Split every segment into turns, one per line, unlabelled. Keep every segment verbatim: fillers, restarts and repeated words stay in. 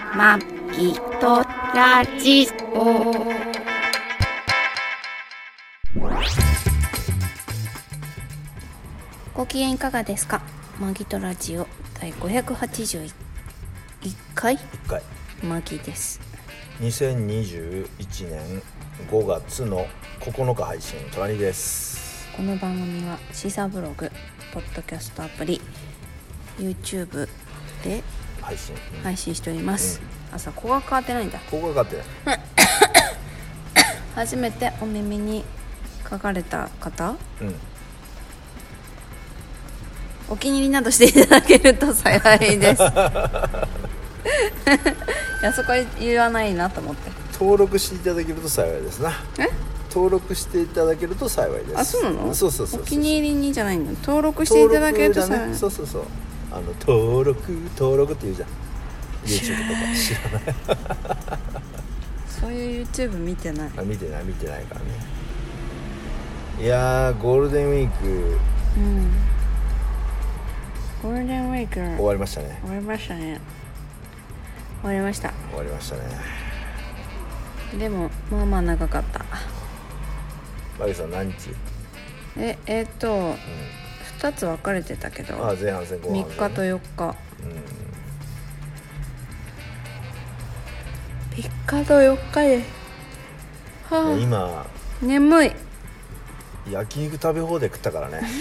まきとラジオ。ご機嫌いかがですか。マギとラジオ第ごひゃくはちじゅういっかい
いっかい
マギです。
にせんにじゅういちねんごがつのここのか配信、トラニです。
この番組はシーサーブログ、ポッドキャストアプリ、 YouTube で
配信、うん、
配信しております、
うん、
朝ここが変わってないんだ。
ここがかってない
初めてお耳に書かれた方、
うん、
お気に入りなどしていただけると幸いですいや、そこは言わないなと思って。
登録していただけると幸いですな。
え
登録していただけると幸いです。
あ、そうなの。
そうそうそうそう、
お気に入りにじゃないの。登録していただけると幸い、
ね、そうそうそう、あの登録登録って言うじゃん YouTube とか。知らない
そういう YouTube 見てない。
あ、見てない見てないからね。いやー、ゴールデンウィーク、
うん、ゴールデンウィーク
終わりましたね。
終わりましたね終わりました
終わりましたね。
でもまあまあ長かった。
マギさん何日？
ええー、っと、うん、ふたつ分かれてたけど、
ああ、前半戦後半戦、
みっかとよっか、うん、みっかとよっかで、はあ、
今
眠い。
焼肉食べ放題食ったからね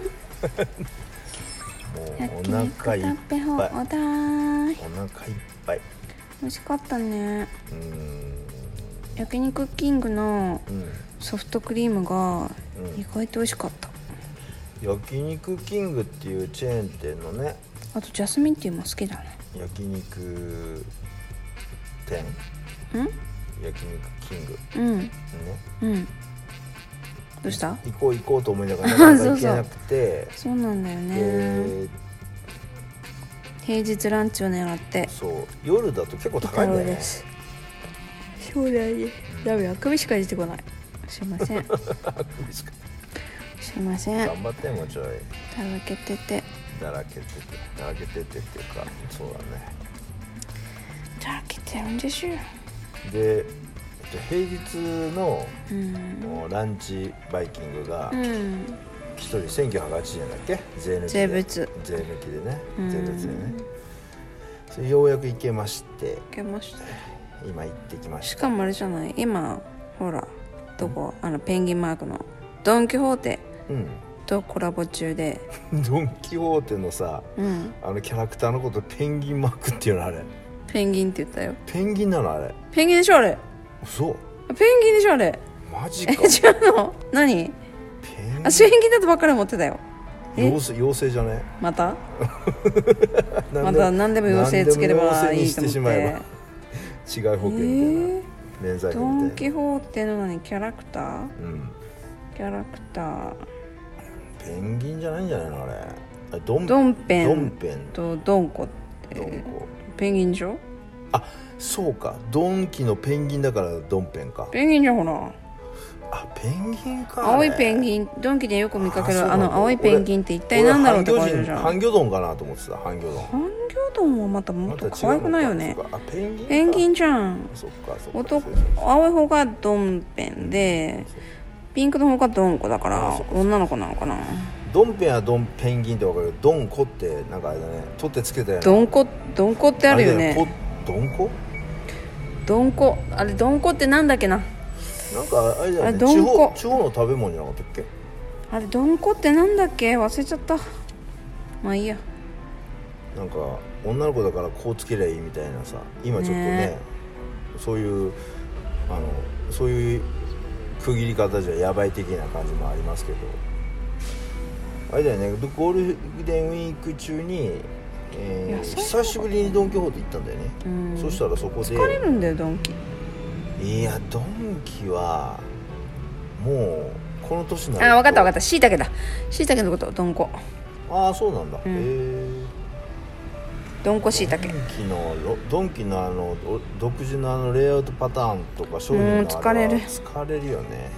もうお腹いっぱい、お腹いっぱい。
美味しかったね。
うーん、
焼肉キングのソフトクリームが意外と美味しかった、
うん、焼肉キングっていうチェーン店のね。
あとジャスミンティーも好きだね。
焼肉店、
ん
焼肉キング、
うん
ね、
うん。どうした？
行こう行こうと思いながらなかなか行けなくて
そうなんだよね。平日ランチを狙って。
そう、夜だと結構高いんだよね。です。
そうだね、うん、ダメだ、首しか出てこない。すいません首しかすいません。
頑張ってもうちょい。
だらけてて
だらけててだらけててっていうか、そうだね、
だらけてるんですよ。
で平日の、
うん、
もうランチバイキングがひとりせんきゅうひゃくはちじゅうえんだっけ、税抜きで。
税別
税抜きでね、
うん、
税別でね。それようやく行けまして、
行けました。
今行ってきました。
しかもあれじゃない、今ほらどこ、あのペンギンマークのドン・キホーテとコラボ中で、
うん、ドン・キホーテのさ、うん、あのキャラクターのことペンギンマークっていうの。あれ
ペンギンって言ったよ。
ペンギンなのあれ。
ペンギンでしょあれ。
そう、
ペンギンでしょあれ。
マジか。
え、違うの？何？ペンあ、ペンギンだとばっかり持ってたよ。
妖精、妖精じゃね。
またまた何でも妖精つければいいと思って。違い保
険みたいな、えー、免罪符みたいな。
ドン・キホーテの何キャラクター、うん、キャラクター
ペンギンじゃないんじゃないのあれ。あれドン、
ドンペン
ドンペン
とドンコってドンコペンギンでしょ。
あ、そうか、ドンキのペンギンだからドンペンか。
ペンギンじゃんほら。
あ、ペンギンか。
青いペンギン、ドンキでよく見かける あ, あの青いペンギンって一体何だろうって感じじゃん。
ハンギョドンかなと思ってた。ハンギョドン。
ハンギョドンはまたもっと可愛くないよね。
あ、ペンギンか。
ペンギンじゃん。
そっかそっか。
男、青い方がドンペンで、ピンクの方がドンコだから女の子なのかな。
ドンペンはドンペンギンって分かるけど、ドンコってなんかあれだね、取ってつけたよね。
ドンコ、ドンコってあるよね。
ドンコ
ドンコ、あれドンコってなんだっけな。
なんかあれだよね、地方、地方の食べ物じゃなかったっけ。
あれドンコってなんだっけ、忘れちゃった。まあいいや。
なんか女の子だからこうつけりゃいいみたいなさ、今ちょっとね、ね、そういうあのそういう区切り方じゃやばい的な感じもありますけど、あれだよね、ゴールデンウィーク中に、えー、久しぶりにドン・キホーテ行ったんだよね。うん、そしたらそこで
疲れるんだよドンキ。
いや、ドンキはもうこの年になると。
あ、分かった分かった、しいたけだ、しいたけのことドンコ。
ああ、そうなんだ、うん、へえ。
ドンコしいたけ。
ドンキのドンキのあの独自のあのレイアウトパターンとか商品のあれは
疲れる
疲れるよね。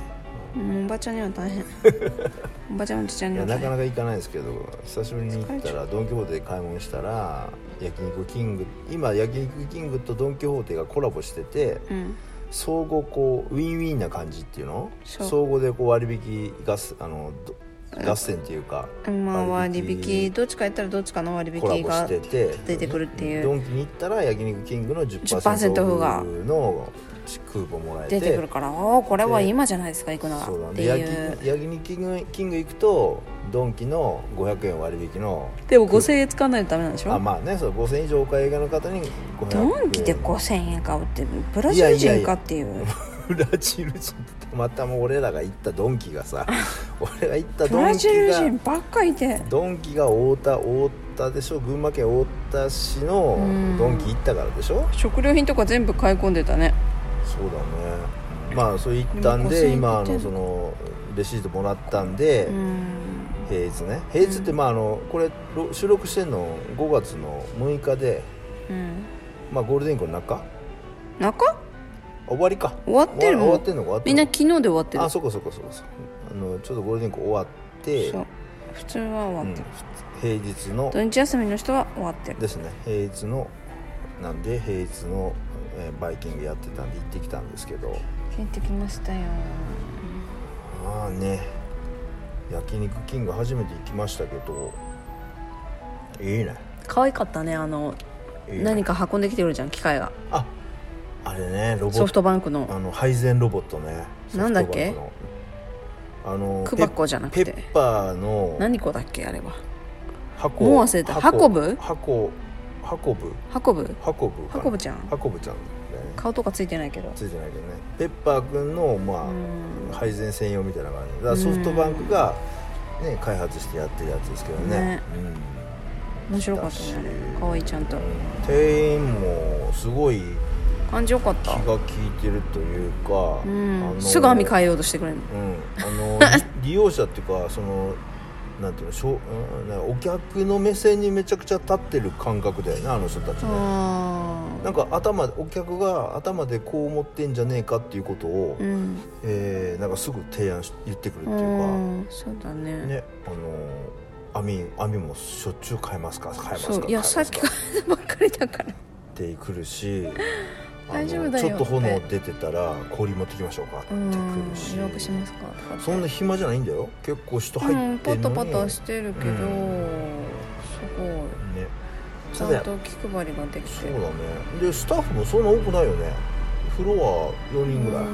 もうおばちゃんには大変おばちゃんおじちゃん
いや
には大変
なかなか行かないですけど、久しぶりに行ったらドン・キホーテで買い物したら焼肉キング、今焼肉キングとドン・キホーテがコラボしてて、
うん、
相互こうウィンウィンな感じっていうの、
そう
相互でこう割引合戦あの合戦っていうか、
まあ、割引どっちかやったらどっちかの割
コラボ
引が
してて
出てくるっていう
ドンキに行ったら焼肉キングの じゅっパーセント,
じゅっパーセントオフが
のクーポンもらえて
出てくるから、おおこれは今じゃないですか行くなら
そうだ、ね、
っていう
焼焼肉キング、キング行くとドンキのごひゃくえん割引の
でもごせんえん使わないとダメなんでしょ。
あまあね、そうごせんえん以上お買い上げの方にごひゃくえん
ドンキでごせんえん買うってブラジル人かっていう。
いやいやいやブラジル人ってまたもう俺らが行ったドンキがさ俺が行った
ブラジ
ドンキが
ル人ばっかいて、
ドンキが太田太田でしょ、群馬県太田市のドンキ行ったからでしょ。
食料品とか全部買い込んでたね。
そうだね、まあそう行ったんで今あのそのレシートもらったんで、平日ね、平日ってまああのこれ収録してんのごがつのむいかで、うん、まあゴールデンウィークの中
中
終わりか
終わってるの
終わってんの終わって
みんな昨日で終わってる。
あ、そこそこそこそこあのちょっとゴールデンウィーク終わって
そう普通は終わってる、
うん、平日の
土日休みの人は終わってる
ですね。平日のなんで平日の、えー、バイキングやってたんで行ってきたんですけど、
行ってきましたよ。
まあね、焼肉キング初めて行きましたけどいいね。
可愛かったね。あのいいね、何か運んできてくるじゃん機械が。
ああれね、ロボット
ソフトバンクの
あの配膳ロボットね。
なんだっけ、
あの
クバコじゃなくて
ペッパーの
何個だっけあれは。
箱
もう忘れた。運ぶ
箱運ぶ
運ぶ
運ぶ
運ぶちゃん
運ぶちゃん、ね、
顔とかついてないけど
ついてないけどね。ペッパーくんの、まあ、配膳専用みたいな感じだからソフトバンクが、ね、開発してやってるやつですけどね、ね、
うん、面白かったね。かわいいちゃんと、うん、
店員もすごい
感じよかった。
気が利いてるというか、
うん、あのすぐ網変えようとしてくれる
の、うん、あの利用者っていうかそのなんていうのしょ、うん、お客の目線にめちゃくちゃ立ってる感覚だよね、あの人たちね。なんか頭お客が頭でこう思ってんじゃねえかっていうことを、うん、えー、なんかすぐ提案し言ってくるっていうか、うん、
そうだね。
ね、あの網網もしょっちゅう変えますか変えますか。そう
いやさっき変えたばっかりだから
ってくるし
大丈夫だよ
ちょっと炎出てたら氷持ってきましょうかってくるし、
予約しますかとか
そんな暇じゃないんだよ。結構人入ってんのに、
うん、パタパタしてるけど、うん、すごいね、ちゃんと気配りができて。
そうだね。でスタッフもそんな多くないよね。フロアよにんぐらい。うー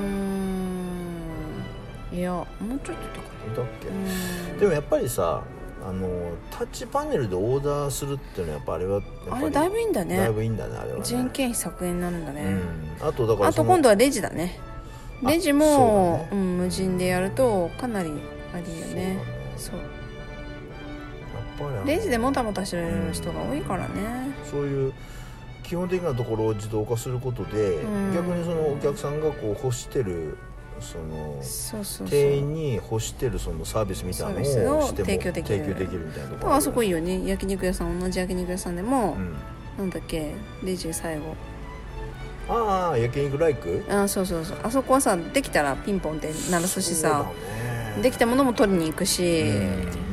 ん、いやもうちょっと
だっけ。でもやっぱりさ、あのタッチパネルでオーダーするっていうのはやっぱあれはやっぱり
あれだいぶいいんだね。
だいぶいいんだねあれはね。
人件費削減になるんだね、
うん、あとだから
あと今度はレジだね。レジもう、ね、うん、無人でやるとかなりありよね。そう、やっぱりレジでもたもたしてる人が多いからね、
うん、そういう基本的なところを自動化することで、うん、逆にそのお客さんがこう欲してるその
そうそうそう
店員に欲してるそのサービスみたいなのをしても
提供できる
提供できるみたいなところ、
あそこいいよね。焼肉屋さん同じ焼肉屋さんでも、うん、なんだっけレジ最後
ああ焼肉ライク
あそうそうそうあそこはさできたらピンポンって鳴らすしさ、ね、できたものも取りに行くし、うん、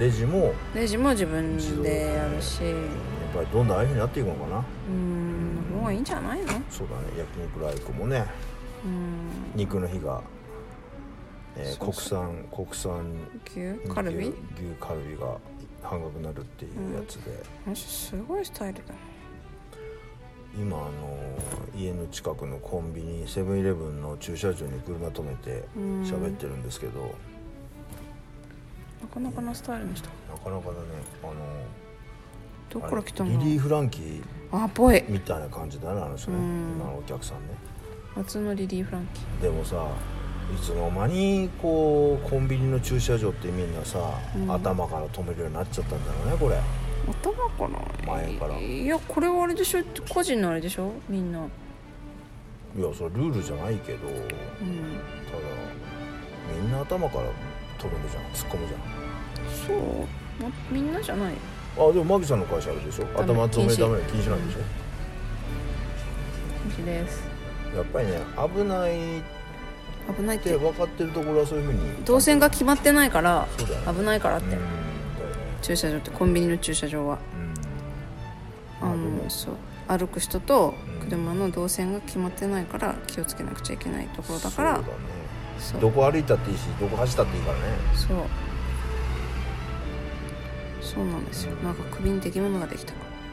レジも
レジも自分でやるし、やっ
ぱりどんどんああいう風になっていくのかな。
うんの方がいいんじゃないの。
そうだね。焼肉ライクもね、うん肉の日がえー、国産国産
牛カルビ
牛カルビが半額になるっていうやつで、
うん、すごいスタイルだ。
今あの家の近くのコンビニセブンイレブンの駐車場に車止めて喋ってるんですけど、
なかなかなスタイルの人、
なかなかだね。あの
どこから来たの。
リリー・フランキー
あっぽい
みたいな感じだねあの人ね。今のお客さんね。
初のリリー・フランキ
ーでもさいつの間にこうコンビニの駐車場ってみんなさ、うん、頭から止めるようになっちゃったんだろうねこれ。
頭から
前から。
いやこれはあれでしょ、個人のあれでしょみんな。
いやそれルールじゃないけど、うん、ただみんな頭から止めるじゃん、突っ込むじゃん。
そう、ま、みんなじゃない。
あでもマギさんの会社あるでしょ、頭止めダメ禁止なんでしょ。
禁止です。
やっぱりね危ない
危ないって
で分かってるところはそういうふうに
動線が決まってないから、
ね、
危ないからって、
うん、
駐車場ってコンビニの駐車場は、うん、あのそう歩く人と車の動線が決まってないから気をつけなくちゃいけないところだから、
そうだね、そうどこ歩いたっていいしどこ走ったっていいからね。
そうそうなんですよ、うん、なんか首に出来物ができた。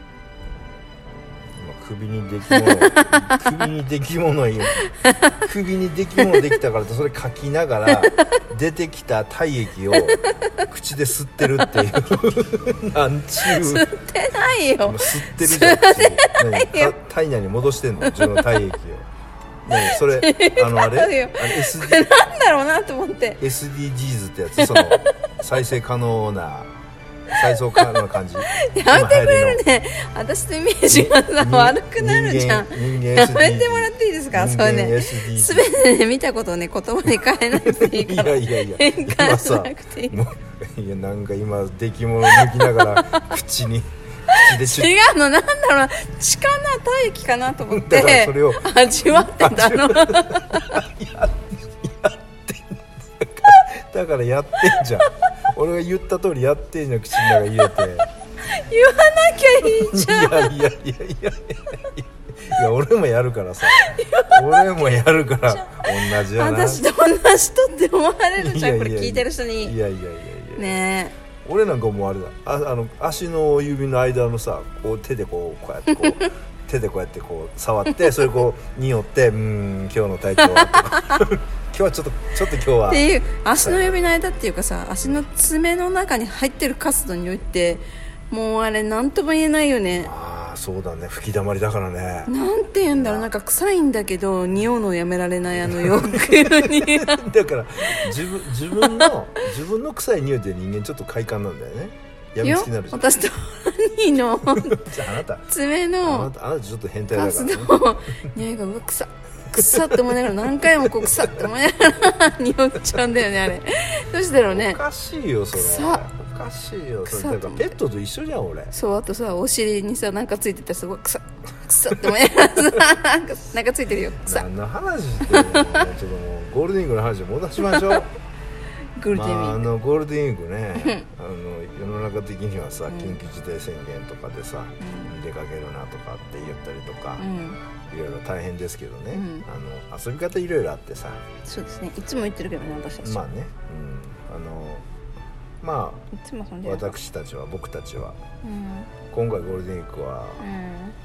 首に出来物首に出来物よ首に出来物できたからってそれ書きながら出てきた体液を口で吸ってるっていうなんちゅう
吸ってないよ。
吸ってるじゃん。吸ってないよ。体内に戻してんの自分の体液をね、それあのあれあれ エスディー
なんだろうなと思って
エスディージーズ ってやつ、その再生可能な再生可能な感じ。
やめてくれるね。私のイメージがさ悪くなるじゃん。やめてもらっていいですか。それね全てね見たことをね言葉に変えなくていいから。
いやいやいや
変換しなくていい。
もういやなんか今出来物抜きながら口に口で
違うの、なんだろう、血かな体液かなと思って
だからそれを
味わってたの。
ややってんだからやってんじゃん。俺が言った通りやってんじゃん。口の中入れて
言わなきゃいいじゃん。
いやいやいやいやいやいや俺もやるからさ俺もやるから同じやな。
私と同じとって思われるじゃん。これ聞いてる人に。
いやいやいやいや
ねえ
俺なんかもうあれだ、ああの足の指の間のさこう手でこうこうやってこう手でこうやってこう触ってそれこう匂ってうーん今日の体調はとか今日はちょっとちょっと今日は
っていう足の指の間っていうかさ足の爪の中に入ってるカスの匂いってもうあれなんとも言えないよね。
ああそうだね、吹き溜まりだからね。
なんて言うんだろう、なんか臭いんだけど匂うのをやめられないあの欲に
だから自分自分の自分の臭い匂いで人間ちょっと快感なんだよね。やみつきになるじゃん。
私と兄の
じゃああなた
爪の
あなたあなたちょっと変態だからね。
カスの匂いがうわ臭っ臭って思いながら何回もこう臭って思いながら匂っちゃうんだよねあれ。どうしてだろうね。
おかしいよそれ。
臭っ
おかしいよそれ。だからペットと一緒じゃん俺。
そう、あとさお尻にさなんかついてたらすごい臭っ臭って思いながらさなんかなんかついてるよ臭っ。
何の話してるの。ちょっともうゴールデンウィークの話を戻しましょう。
ゴールデンウィーク、
まあ、あのゴールデンウィークねあの世の中的にはさ、うん、緊急事態宣言とかでさ、うん、出かけるなとかって言ったりとか、うん、いろいろ大変ですけどね、うん、あの遊び方いろいろあってさ。
そうですね、いつも言ってるけどね私たち。
まあね、うん、あのまあいつもそんで私たちは僕たちは、うん、今回ゴールデンウィークは、うん、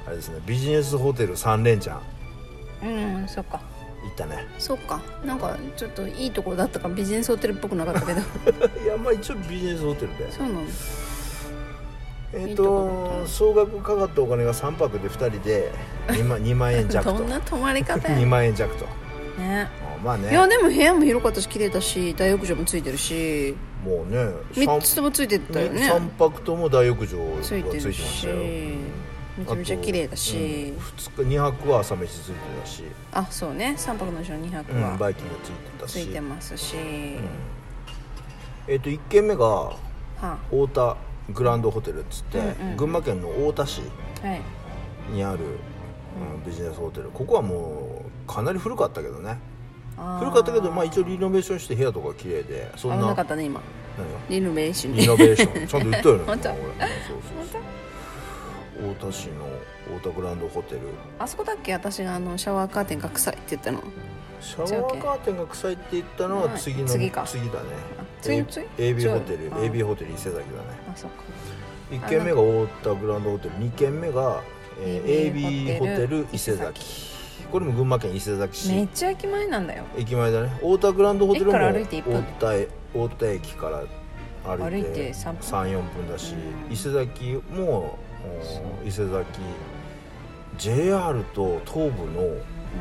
あれですねビジネスホテルさん連チャン。
うん、そっか
行ったね。
そっか、なんかちょっといいところだったからビジネスホテルっぽくなかったけど
いやまあ一応ビジネスホテルで。
そうなの。
えっ、ー、と総額かかったお金がさんぱくでふたりでにまん、にまんえん弱と。
どんな泊まり方や
にまんえん弱と
ね。
まあね、
いやでも部屋も広かったし綺麗だし大浴場もついてるし、
もうね
みっつともついてたよね。
さんぱくとも大浴場がついてましたよ。
めちゃめちゃ綺麗だし、
うん、ふつかにはくは朝飯ついてたし。
あ、そうね、さんぱくのうちのにはくは、
うん、バイキングついてたし
ついてますし、うん、
えっ、ー、といっけんめが、はあ、太田グランドホテルっつって、うんうん、群馬県の太田市にある、はい、うん、ビジネスホテル。ここはもうかなり古かったけどね。古かったけど、まあ、一応リノベーションして部屋とか綺麗で、そんな
危なかったね今。リノベーション
リノベーションちゃんと言ったよね。
本当？
そうそうそう太田市の太田グランドホテル。あそこだっけ、
私があのシャワーカーテンが臭いって言ったの。
シャワーカーテンが臭いって言ったのは次の
次か
次だね。
次の次
エービー ホテル エービー ホテル伊勢崎だね。
あ、そっか。
いっけんめが太田グランドホテル、にけんめが、えー、エービー ホテル伊勢崎。これも群馬県伊勢崎市。
めっちゃ駅前なんだよ。
駅前だね。太田グランドホテルも
駅から歩いていっぷん。
太田太田駅から歩いてさん、よんぷんだし、伊勢崎も伊勢崎 ジェイアール と東部の、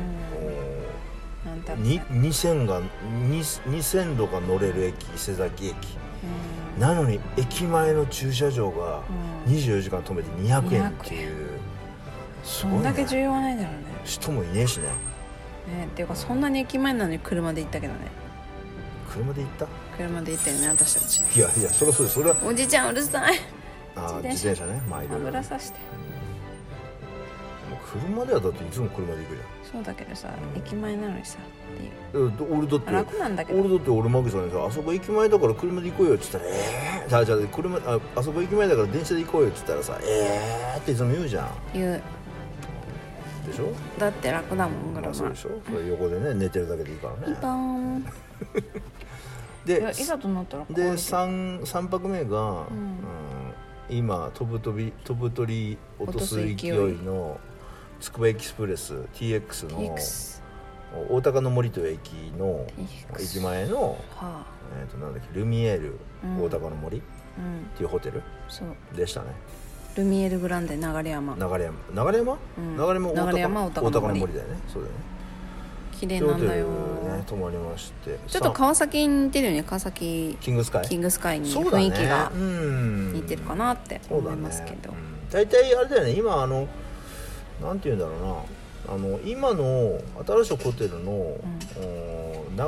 うん、にに線がに線路が乗れる駅、伊勢崎駅、うん、なのに駅前の駐車場がにじゅうよじかん止めてにひゃくえんっていう、
すごいね。そんだけ需要はないだろうね。
人もいねえしね。
ね、っていうかそんなに駅前なのに車で行ったけどね。
車で行った？
車で行ったよね私たち。
いやいや、それそれそれは
おじちゃんうるさい。
あ、自転車ね、毎度
油さして、
車ではだっていつも車で行くじゃん。
そうだけどさ、うん、駅前なのにさって
いう俺だって
楽なんだけど、
俺だって俺マギさんにさ、あそこ駅前だから車で行こうよって言ったらえー、じゃあじゃあ車 あ, あそこ駅前だから電車で行こうよって言ったらさえーっていつも言うじゃん。
言う
でしょ。だ
って楽だもん車。
そうでしょ。横でね寝てるだけでいいからね。
ピンポーンでいざとなったら
で 3, 3泊目が、うんうん、今飛ぶ飛び飛ぶ鳥落とす勢いのつくばエキスプレス ティーエックス の ティーエックス大高の森という駅の駅前の、はあえー、となんだっけルミエール、うん、大高の森、うん、っていうホテルでしたね。
ルミエールグランデ流山流山
流山、うん、流山大高の森だよね。そうだよね。
綺麗なんだよ、ね、
泊まりまして、
ちょっと川崎に似てるよね。川崎
キングスカイ
キングスカイに雰囲気が似てるかなって思いますけど、
大体、ねうん、あれだよね。今あのなんていうんだろうな、あの今の新しいホテルの、うん、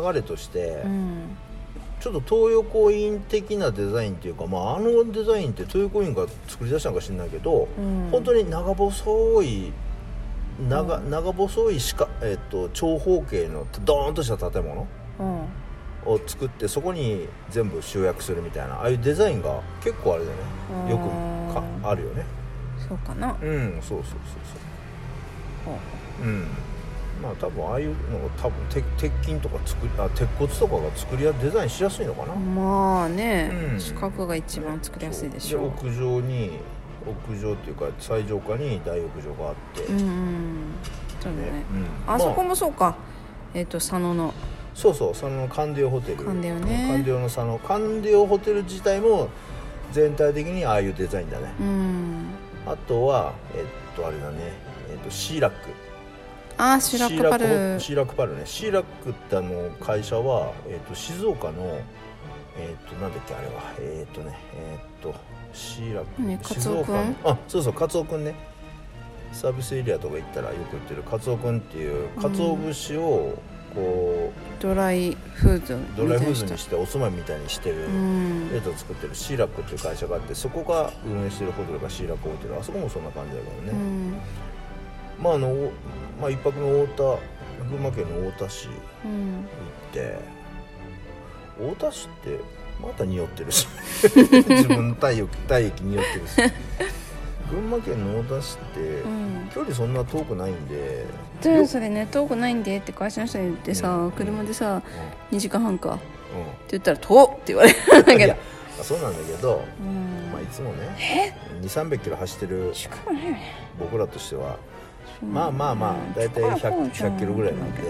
流れとして、うん、ちょっと東横イン的なデザインっていうか、まあ、あのデザインって東横インが作り出したのか知らないけど、うん、本当に長細い長, 長細いしか、えー、と長方形のドーンとした建物を作ってそこに全部集約するみたいなああいうデザインが結構あれだよね。よくかあるよね。
そうかな。
うんそうそうそうそう。うんまあ多分ああいうのが多分鉄鉄筋とか作りあ鉄骨とかが作りやデザインしやすいのかな。
まあね、うん、四角が一番作りやすいでしょう。
で屋上に屋上っていうか最上階に大浴場があって、うんうん、
そうだね、うん、あそこもそうか、まあ、えっ、ー、と佐野の
そうそう佐野のカンデオホテル
カンデオね
カンデオの佐野カンデオホテル自体も全体的にああいうデザインだね、うん、あとはえっ、ー、とあれだね、えー、とシーラック
あシーラックパル
シーラックパルねシーラックってあの会社は、えー、と静岡のえっ、ー、となんだっけあれはえっ、ー、とねえっ、ー、とシーラック、
ね、カツオくん
あそうそうカツオくんねサービスエリアとか行ったらよく売ってるカツオくんっていうカツオ節をこ
うドライフーズ
ドライフーズにしておつまみみたいにしてるやつを作ってるシーラックっていう会社があってそこが運営してるホテルがシーラックホテルあそこもそんな感じだけどねまああのまあ一泊の太田群馬県の太田市行って、うん、太田市ってまた匂ってるし自分の体液体液匂ってるし群馬県の太田市って、うん、距離そんな遠くないんで
じゃあそれね遠くないんでって会社の人に言ってさ、うん、車でさ、うん、にじかんはんか、うん、って言ったら遠っって言われるんだけど
そうなんだけど、うん、まあいつもねにせんさんびゃくキロ走ってる僕らとしてはまあまあまあだいたいひゃくキロぐらいなんで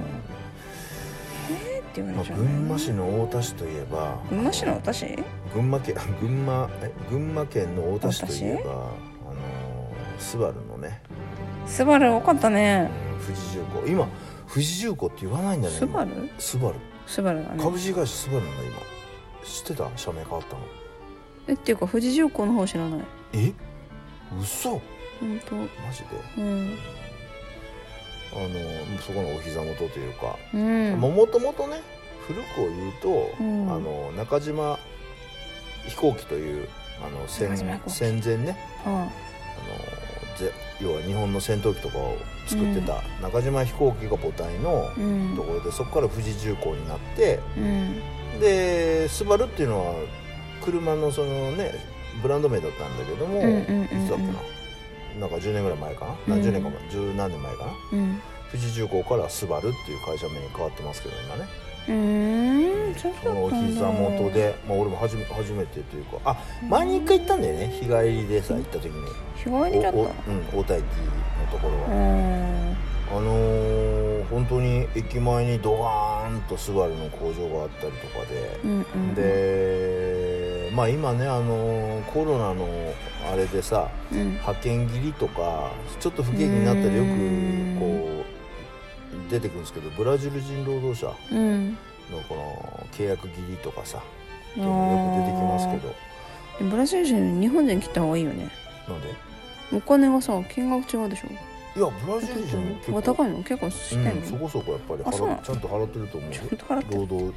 まあ、群馬市の太田市といえば
群馬市の太田市
群馬県群馬え群馬県の太田市といえばあのスバルのね
スバル多かったね、
うん、富士重工今富士重工って言わないんだね
スバル
スバル
スバルだね
株式会社スバルなんだ今知ってた社名変わったの
えっていうか富士重工の方知らない
え嘘
本当マ
ジでうんあのそこのお膝元というか、うん、もともとね古くを言うと、うん、あの中島飛行機というあの 戦, 戦前ね、うん、あのぜ要は日本の戦闘機とかを作ってた中島飛行機が母体のところで、うん、そこから富士重工になって、うん、でスバルっていうのは車のそのねブランド名だったんだけども、うんうんうんうん、いつだっけななんかじゅうねんぐらい前かな、うん、何十年か前十何年前かな、うん、富士重工からスバルっていう会社名に変わってますけど今ね
うーんそう
そのお膝元で、まあ、俺も初め、初めてというかあ前に一回行ったんだよね日帰りでさ行った時に
日帰りだったうん
太田駅のところはあのー、本当に駅前にドガーンとスバルの工場があったりとかで、うんうん、でまあ今ねあのー、コロナのあれでさ、うん、派遣切りとかちょっと不景気になったらよくこう出てくるんですけどブラジル人労働者のこの契約切りとかさ、うん、よく出てきますけど
ブラジル人日本人来た方がいいよね
なんで
お金がさ金額違うでしょ
いやブラジル人も結構
高いの結構してんの、うん、
そこそこやっぱり払ちゃんと払ってると思うよ労働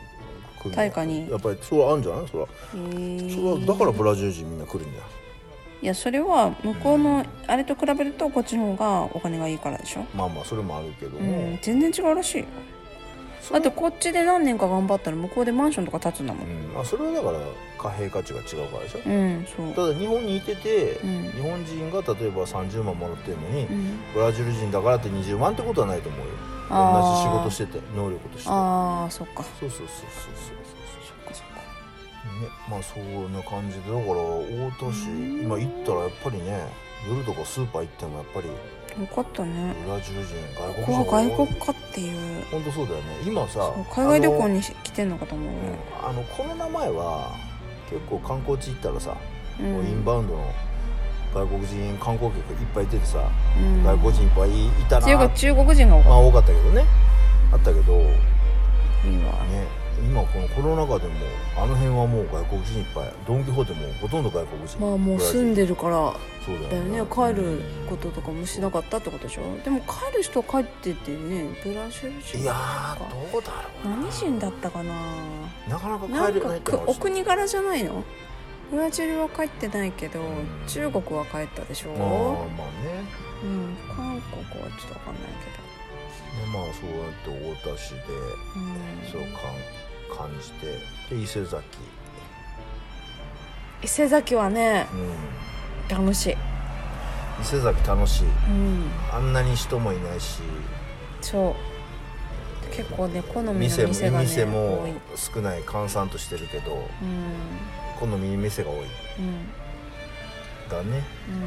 対価に
やっぱりそれはあるんじゃないそれはそれはだからブラジル人みんな来るんだよ
いやそれは向こうのあれと比べるとこっちの方がお金がいいからでしょ。
まあまあそれもあるけども、
うん、全然違うらしいよ。だってこっちで何年か頑張ったら向こうでマンションとか建つんだもん、
うん、まあ、それはだから貨幣価値が違うからでしょ。
うんそう
ただ日本にいてて、
うん、
日本人が例えばさんじゅうまんもらってるのに、
うん、
ブラジル人だからってにじゅうまんってことはないと思うよ。同じ仕事してて能力として。
ああそっか
そうそうそうそうそう
そっかそっか
ね、まあそんな感じでだから太田市今行ったらやっぱりね夜とかスーパー行ってもやっぱり
よかったね。
ブラジル人外国人
ここは外国かっていう。
本当そうだよね。今さ
海外旅行に来てんのかと思う、ね、
あの、うん、あのコロナ前は結構観光地行ったらさ、
うん、
もうインバウンドの外国人観光客いっぱいいててさ、うん、外国人いっぱいいたなっていうか
中国人が多かった、
まあ、多かったけどねあったけどいいわ、
ね、
今このコロナ禍でもあの辺はもう外国人いっぱい。ドン・キホーテもほとんど外国人。
まあもう住んでるから
そうだよ
ね,
だよね
帰ることとかもしなかったってことでしょ。でも帰る人は帰っててねブラジル人
いやーどうだろう
何人だったかな。
なかなか帰れないって
お国柄じゃないの。ブラジルは帰ってないけど、うん、中国は帰ったでしょ。
ああまあね、
うん、韓国はちょっと分かんないけど
まあそうやって太田市で、うん、そうかん感じてで伊勢崎
伊勢崎はね、うん、楽しい。
伊勢崎楽しい、
うん、
あんなに人もいないし
そう結構ね好みの店がね
店も少ない閑散としてるけど、うん、好みの店が多い、うん、だね、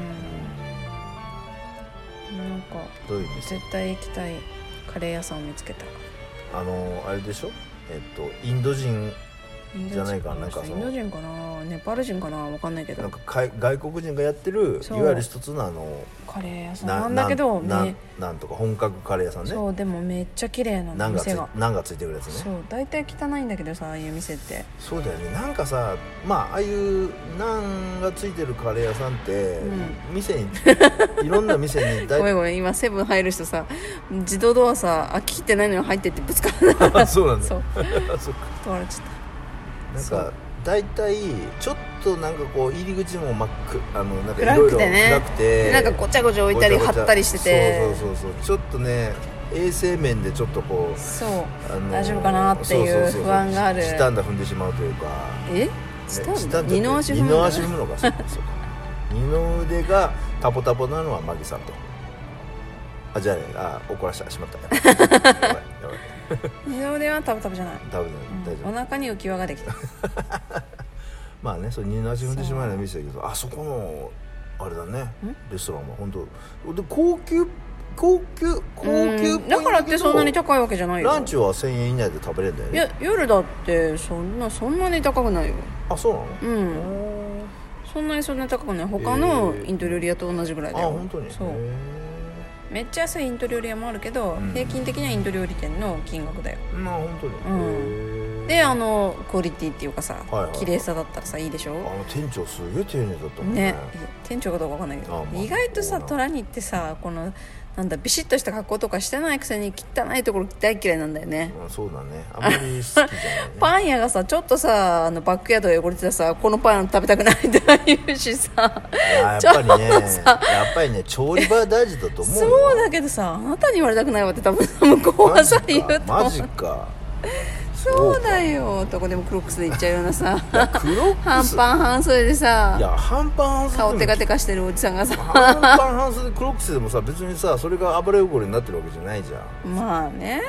うん、なんか
どういう店
絶対行きたいカレー屋さんを見つけた。
あのあれでしょえっとインド人じゃないかなんかその
インド人かなネパール人かな分かんないけど
なんか外国人がやってるいわゆる一つのあの
カレー屋さんなんだけど
な な, なんとか本格カレー屋さんね。
そうでもめっちゃ綺麗な
ナン
店が
ナンがついてくるやつね。
そう大体汚いんだけどさああいう店って
そうだよね。なんかさまあああいうナンがついてるカレー屋さんって、うん、店にいろんな店に
ごめんごめん今セブン入る人さ自動ドアさ開ききってないのに入ってってぶつかる
なそうなんだ
そう取られちゃった
なんか大体ちょっとなんかこう入り口も真っ暗あのなんかい
ろ
ろいろ
暗くてね
暗くて
なんかごちゃごちゃ置いたり貼ったりしてて
そうそうそうそうちょっとね衛生面でちょっとこう
そうあの大丈夫かなっていう不安がある。
チタンダ踏んでしまうというか
えチタンダ二の足踏む
二の足踏むのかそうかそうか二の腕がタポタポなのはマギさんとあじゃあねあ怒らしたしまったやばいやばい
二の腕はタブタブじゃない
タブじゃない、
うん、お腹に浮き輪ができた
まあねそれ二の足踏んでしまうような店だけどあそこのあれだねレストランは本当で高級高級高級っぽい
だからってそんなに高いわけじゃないよ。
ランチはせんえん以内で食べれるんだよね。
いや夜だってそんなそんなに高くないよ。
あそうなの。
うんそんなにそんなに高くない。他のインド料理屋と同じぐらいだよ。
あ本当に。
そうめっちゃ安いインド料理屋もあるけど、うん、平均的にはインド料理店の金額だよ。
まあ本当に、
うん、であのクオリティっていうかさ、はいはいはい、綺麗さだったらさいいでしょ。
あの店長すげえ丁寧だったもんね。
ね店長かどうかわかんないけど、まあ、意外とさ虎に行ってさこのなんだビシッとした格好とかしてないくせに汚いところ大嫌いなんだよね。
あそうだねあんまり好きじゃない、ね、
パン屋がさちょっとさあのバックヤードが汚れてたさこのパン食べたくないって言うしさ
やっぱりねやっぱりね調理場大事だと思うよ。
そうだけどさあなたに言われたくないわって多分向こうはさ言うと思う。
マジか
そうだよ男でもクロックスで行っちゃうようなさ
クロックス
半パン半袖でさ
いや半パン半袖
顔テカテカしてるおじさんがさ
半パン半袖クロックスでもさ別にさそれが暴れ汚れになってるわけじゃないじゃん。
まあね、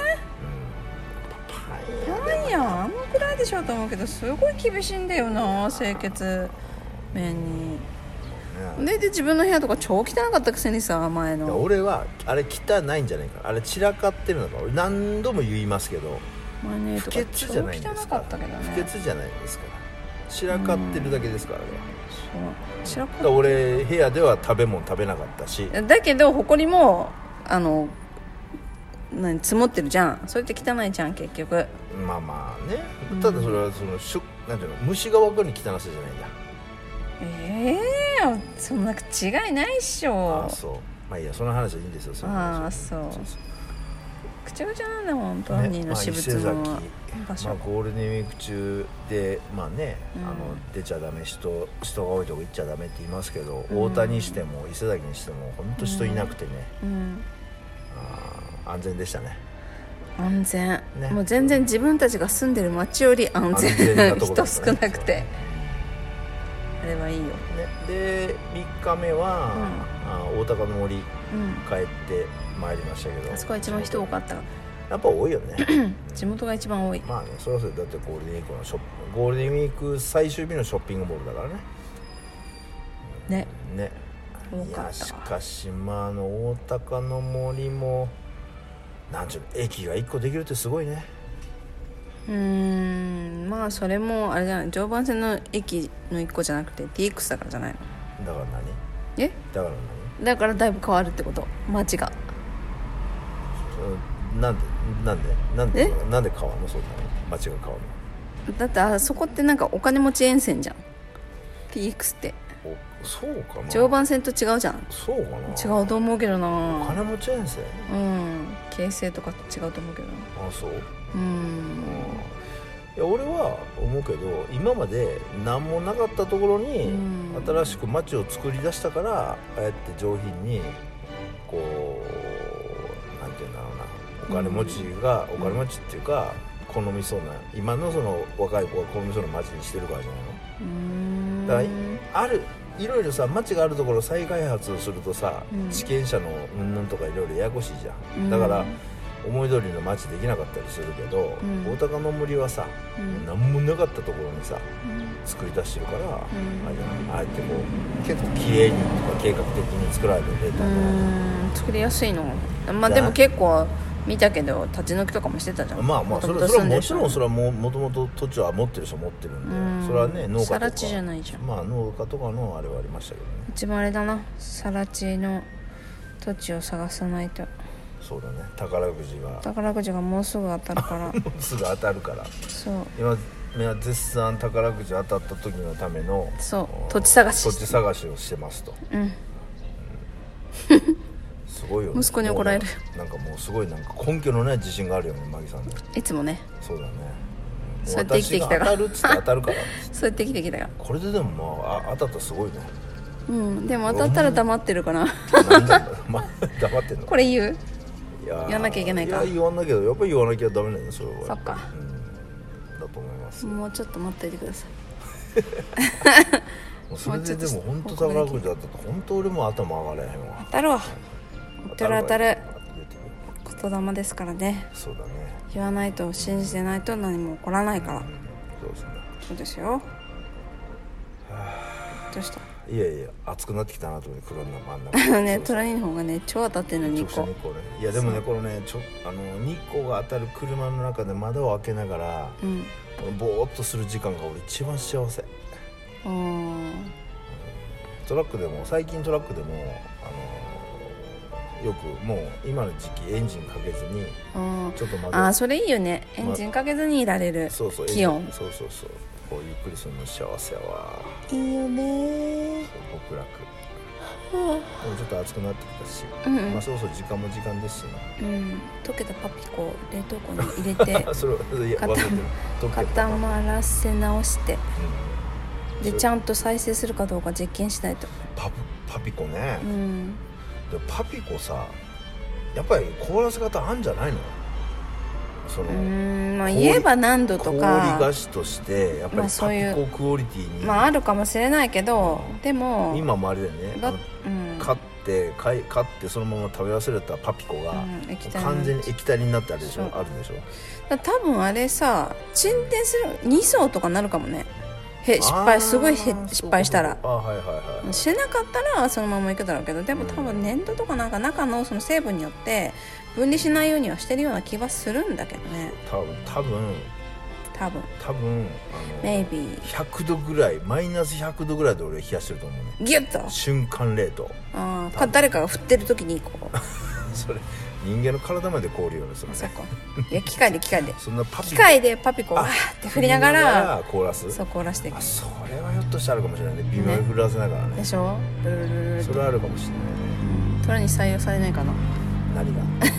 うん、パン屋あんのくらいでしょうと思うけどすごい厳しいんだよな清潔面に、ね、でで自分の部屋とか超汚かったくせにさ前の
俺はあれ汚いんじゃないかあれ散らかってるのか俺何度も言いますけど不潔じゃないんですから、ね、不潔じゃないですから散らかってるだけですからね。
そう散らかって
俺部屋では食べ物食べなかったし
だけど埃もあの何積もってるじゃん。それって汚いじゃん結局。
まあまあねただそれはそのしょなんていうの虫が分かる汚さじゃないんだ。
ええー、そんな違いないっしょ。
ああそうまあいいやその話はいいんですよ。その話
ああそう
そうそう
ぐちゃぐちゃなんだもんトラニーの私物の場所、
まあ、ゴールデンウィーク中でまあね、うん、あの出ちゃダメ 人, 人が多いとこ行っちゃダメって言いますけど、うん、大田にしても伊勢崎にしても本当人いなくてね、うんうん、あ安全でしたね。
安全、ね、もう全然自分たちが住んでる町より安全、安全なとこだったね、人少なくてあれはいいよ、ね、
でみっかめは、うん、あ大高の森、うん、帰ってまいりましたけど、
あそこは一番人多かった。
やっぱ多いよね
地元が一番多い。
まあね、それはそれだってゴールデンウィークのショップゴールデンウィーク最終日のショッピングモールだからね。
ね
ね
多かった。いや
しかしまああの大高の森もなんちゅうの駅がいっこできるってすごいね。
うーんまあそれもあれじゃない、常磐線の駅のいっこじゃなくて ティーエックス だからじゃないの。
だから何？
え
だから
何？だからだいぶ変わるってこと街が。
なんでなんでなんでなんで変わるのそんなの街が変わるの？
だってあそこってなんかお金持ち沿線じゃん ティーエックス って。
おそうかな。
常磐線と違うじゃん。
そうかな。
違うと思うけどな。
お金持ち沿線？
うん京成とかと違うと思うけどな。
あそう。
うん
いや俺は思うけど今まで何もなかったところに新しく街を作り出したからああやって上品にこうなんていうんだろうなお金持ちが、うん、お金持ちっていうか好みそうな今のその若い子が好みそうな街にしてるからじゃないの。うーんだからあるいろいろさ街があるところ再開発をするとさ、うん、地権者の云々とかいろいろややこしいじゃん。だから思い通りの街できなかったりするけど、うん、大高の森はさ、うん、何もなかったところにさ、うん、作り出してるから、うん、ああやってこう結構綺麗にとか計画的に作られるデータ
が作りやすいの。まあでも結構見たけど立ち退きとかもしてたじゃん。
まあまあそれ、それはもちろんそれはももともと土地は持ってる人持ってるんで、うん、それはね農家とか
さら地じゃないじゃん。
まあ農家とかのあれはありましたけどね。
一番あれだなさら地の土地を探さないと。
そうだね宝くじが
宝くじがもうすぐ当たるから
もうすぐ当たるから
そう
今今絶賛宝くじ当たった時のための
そう土地探し
土地探しをしてますと、うんうん、すごいよね。
息子に怒られる。
なんかもうすごいなんか根拠のない自信があるよねマギさんね。
いつもね。
そうだね。
そうやって生きてきたから
当たるっつって当たるから
そうやって生きてきたから
これででもまああ当たったらすごいね。
うんでも当たったら黙ってるかな
なんだ、まあ、黙ってんの
これ言う
いや
言わなきゃいけないか。
いや言わなきゃやっぱり言わなきゃダメなんだよそれは。
そっか、
うん、だと思います。
もうちょっと待っていてください
もうそれででも本当宝くじだったと本当俺も頭上がれへんわ。
当たるわ当たる当たる言霊ですからね。
そうだね
言わないと信じてないと何も起こらないから、うん、
そうですね。
そうですよ。どうした？
いやいや暑くなってきたなと思って車の真ん中
ねトラニーの方がね超当たってんの日光。
日光ね。いやでもねこのねちょあの日光が当たる車の中で窓を開けながら、うん、このぼーっとする時間が俺一番幸せ。うん、トラックでも最近トラックでもあのよくもう今の時期エンジンかけずにちょっと窓
あそれいいよねエンジンかけずにいられる、ま、
そうそう
気温
そうそうそうこうゆっくりするの幸せやわ。
いいよね
極楽。でもちょっと暑くなってきたし、うんうんまあ、そろそろ時間も時間ですしね、
うん、溶けたパピコ冷凍庫に入れて
それいや
固まらせ直して、うん、でちゃんと再生するかどうか実験しないと。
パ, パピコね、うん、でパピコさやっぱり凍らせ方あんじゃないの？その
うんまあ言えば何度とか
氷菓子としてやっぱりパピコクオリティに、
まあ、あるかもしれないけど、うん、でも
今もあれだよね、うん、買って買い買ってそのまま食べ忘れたパピコが、うん、完全に液体になってあるでしょあるでしょ。
だ多分あれさ沈殿するに層とかなるかもね。へ失敗すごい失敗したら
あ、はいはいはい、
しなかったらそのままいくだろうけどでも多分粘土とかなんか中のその成分によって分離しないようにはしてるような気はするんだけどね。
多分多分
多分
多分あの
Maybe
ひゃくどぐらいマイナスひゃくどぐらいで俺冷やしてると思うね。
ギュッと
瞬間冷凍。
ああ誰かが振ってる時にこう
それ人間の体まで凍るよねそれね。
そっかいや機械で機械で
そんなパピ
機械でパピコをわーって振りながら
凍らす。
そう凍らしていく。
あそれはひょっとしてあるかもしれないね。微妙に振らせながらね。
でしょルルルルル
それはあるかもしれないね。
トラに採用されないかな
何が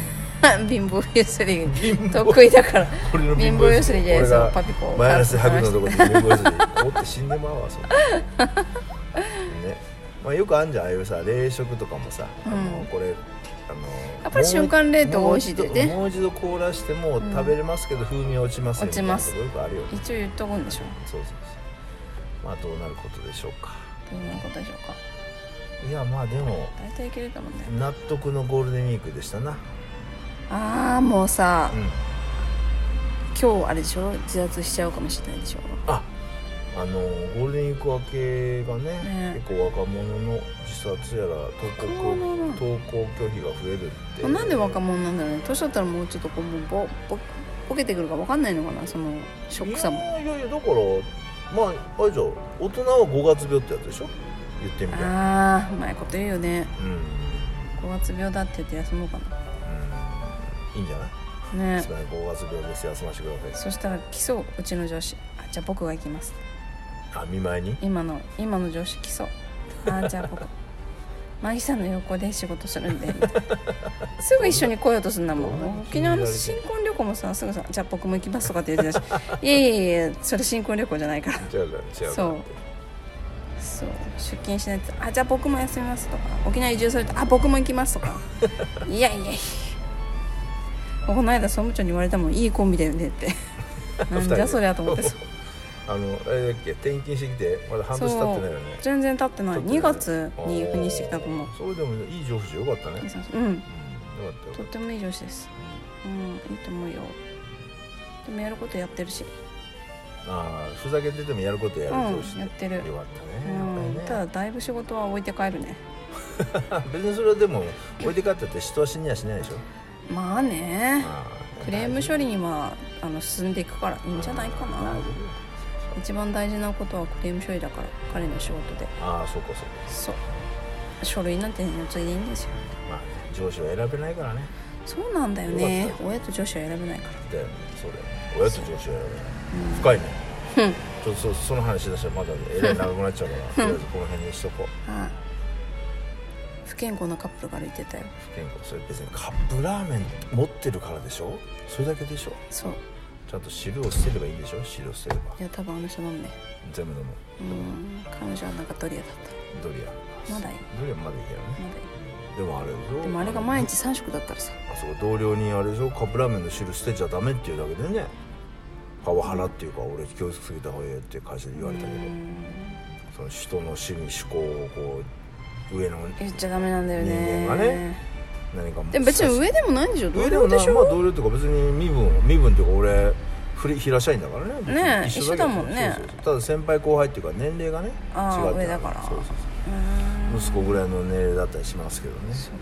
貧乏ゆすり得意だから貧乏ゆすりでそうパピコ
マイナスひゃくのところで貧乏ゆすりおって死んでまうわそれね、まあ、よくあるじゃんああいうさ冷食とかもさ、うん、あのこれあの
やっぱり瞬間冷凍が美味しいでね
もう一度凍らしても食べれますけど、うん、風味落ちますよ
落ちます
よくあるよ、ね、
一応言っとくんでしょ
そうそうそうまあどうなることでしょうか
どうなることでしょうか
いやまあでも
大体いけると思うんだよ
納得のゴールデンウィークでしたな
ああもうさ、うん、今日あれでしょ自殺しちゃうかもしれないでしょ
ああのゴールデンウィーク明けが ね, ね結構若者の自殺やら登校登校拒否が増えるって
なんで若者なんだろうね年だったらもうちょっとこうボボボケてくるか分かんないのかなそのショックさも
いやいやいやだからまああれじゃ大人はごがつ病ってやつでしょ言ってみたら
ああうまいこと言うよね、うん、ごがつ病だって言って休もうかな、
うん、いいんじゃないねごがつ病です休ませてください
そしたら来そううちの上司あじゃあ僕が行きます
あ見舞いに
今の今の上司来そうあじゃあ僕マギさんの横で仕事するんでみたいなすぐ一緒に来ようとするんだもん沖縄の新婚旅行もさすぐさじゃあ僕も行きますとかって言ってたしいやいやいやそれ新婚旅行じゃないから
違う違う
そうそう出勤しないとあじゃあ僕も休みますとか沖縄移住するとあ僕も行きますとかいやいやいやこの間総務長に言われたもんいいコンビだよねってなんじゃそりゃと思ってさ
あのあれだっけ転勤してきてまだ半年経ってないよね
全然経ってないにがつに赴任してきたと思う
それでもいい上司でよかったね
うん、うん、よかったとってもいい上司ですうんいいと思うよでもやることやってるし
ああふざけててもやることやる上司、
うん、やってる
よかったね、
うん、
ね
ただだいぶ仕事は置いて帰るね
別にそれはでも置いて帰ったって人は死にはしないでしょ
まあねクレーム処理にはあの進んでいくからいいんじゃないかな一番大事なことはクレーム処理だから彼の仕事で
ああそうかそうか
そう書類なんて世継いでいいんですよ
まあ上司は選べないからね
そうなんだよね親と上司は選べないから
だよねそうだよね親と上司は選べない、うん、深いねうんちょっと そ, その話出したらまだえらい長くなっちゃうからとりあえずこの辺にしとこうああ
不健康なカップルが歩いてたよ
不健康それ別にカップラーメン持ってるからでしょそれだけでしょ
そう
ちゃんと汁を捨てればいいんでしょ汁を捨てれば
いや多分あの人飲むね
全部飲む
うん彼女はなんかドリアだった
ドリア
まだいい
ドリアまだいいけどねまだいいでもあれでしょ
でもあれが毎日さん食だったらさ
あそう同僚にあれでしょカップラーメンの汁捨てちゃダメっていうだけでねパワハラっていうか、うん、俺気をつけた方がいいって会社で言われたけどその人の趣味思考をこう上の
言っちゃダメなんだよね
人間がね何か
でも別に上でもないんでしょ
同僚でしょまあ同僚っていうか別に身分身分っていうか俺フリ平社員だからね
ねえ一緒だもんね
そうそうそうただ先輩後輩っていうか年齢がね
あ
違って
上だからそうそう
そう息子ぐらいの年齢だったりしますけどね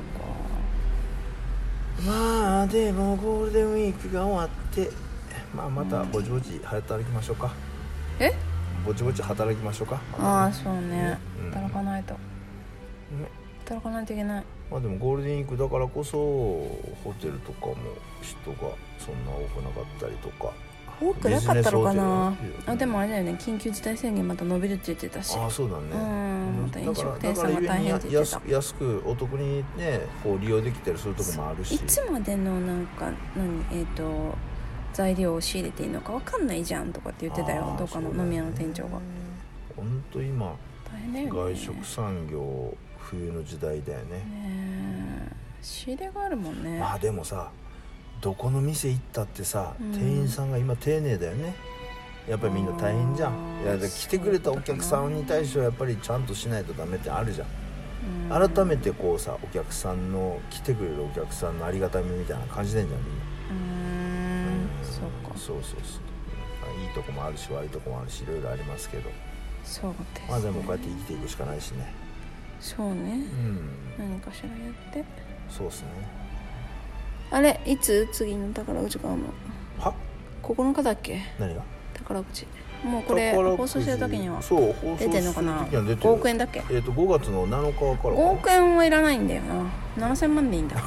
そうかまあでもゴールデンウィークが終わってまあまたぼちぼち働きましょうか
え
ぼちぼち働きましょうか
ああそうね働かないとね働かないといけない
まあでもゴールデンウィークだからこそホテルとかも人がそんな多くなかったりとか
多くなかったのかなあでもあれだよね緊急事態宣言また伸びるって言ってたし
あそうだね
うんまた飲食店さんが大変って言ってた
安くお得にねこう利用できたりするとこもあるし
いつまでのなんか何えっ、ー、と材料を仕入れていいのか分かんないじゃんとかって言ってたよどっかの飲み屋の店長が
本当今
大変だよね
外食産業冬の時代だよね
ね仕入れがあるもんね
まあでもさどこの店行ったってさ、うん、店員さんが今丁寧だよねやっぱりみんな大変じゃんいや来てくれたお客さんに対してはやっぱりちゃんとしないとダメってあるじゃん、うん、改めてこうさお客さんの来てくれるお客さんのありがたみみたいな感じてんじゃんみんな
うんそうか
そうそうそういいとこもあるし悪いとこもあるしいろいろありますけど
そうですね
まあでもこうやって生きていくしかないしね
そうね、うん、何かしらやって
そうですね
あれいつ次の宝くじ買うの
は
ここの方だっけ
何が
宝くじもうこれ放送してる時には
そう
出てんのかなごおく円だっけ
えっとごがつのなのかから
ごおく円はいらないんだよなななせんまんでいいんだ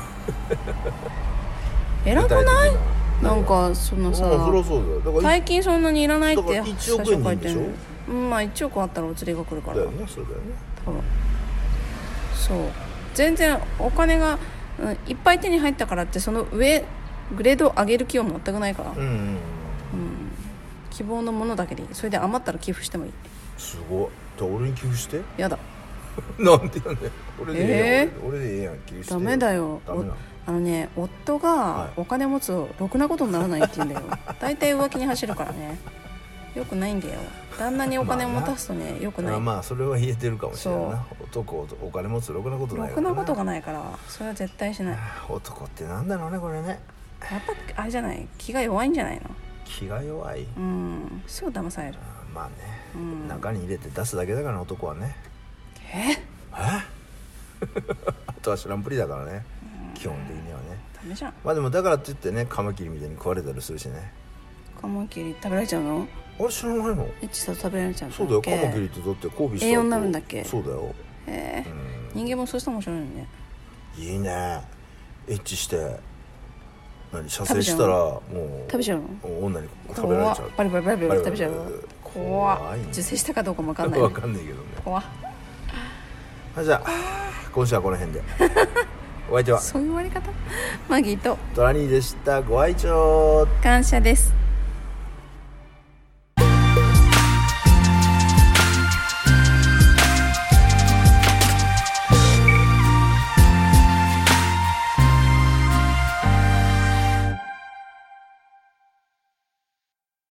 偉くないなんかそのさ最近そんなにいらないって
いちおくえんでいいんでしょ
うん、まあいちおくあったらお釣りが来るから
だよねそうだよね
多分そう全然お金がうん、いっぱい手に入ったからってその上グレードを上げる気は全くないから、
うんうんうん、うん、
希望のものだけでいい。それで余ったら寄付してもいい。
すごい。じゃあ俺に寄付して。
やだ
なんでやねん。俺でええやん、
えー、
俺でええやん、寄付して。
ダメだよ。
ダメなの。
あのね、夫がお金持つとろくなことにならないって言うんだよ。大体浮気に走るからね。よくないんだよ。旦那にお金を持たすとね、よくない。
まあまあそれは言えてるかもしれないな。男お金持つとろくなことないからな。
ろくなことがないからそれは絶対しない。
男ってなんだろうねこれね。
やっぱあれじゃない、気が弱いんじゃないの。
気が弱い。
うん、すぐ騙される。
まあね、
うん、
中に入れて出すだけだから男はね。
ええ
あとは知らんぷりだからね、うん、基本的にはね。
ダメじゃん。
まあでもだからって言ってね、カマキリみたいに食われたりするしね。
カマキリ食べられちゃうの？
あれ知らないの？
エッチさ食べられちゃうの？
そうだよ、カマキリってだって交尾したら
栄養になるんだっけ？
そうだよ。
へえ、うん、人間もそうしたら面白いのね。い
いね、エッチして何射精したらもう
食べちゃうの？
女に食べられちゃう。
バリバリバリバリ食べちゃうの？怖っ。受精したかどうかも分かんない、ね、
分かんないけどね。
怖っ。
じゃあ今週はこの辺で。お相手は
そういう終わり方。マギーと
トラニーでした。ご愛聴
感謝です。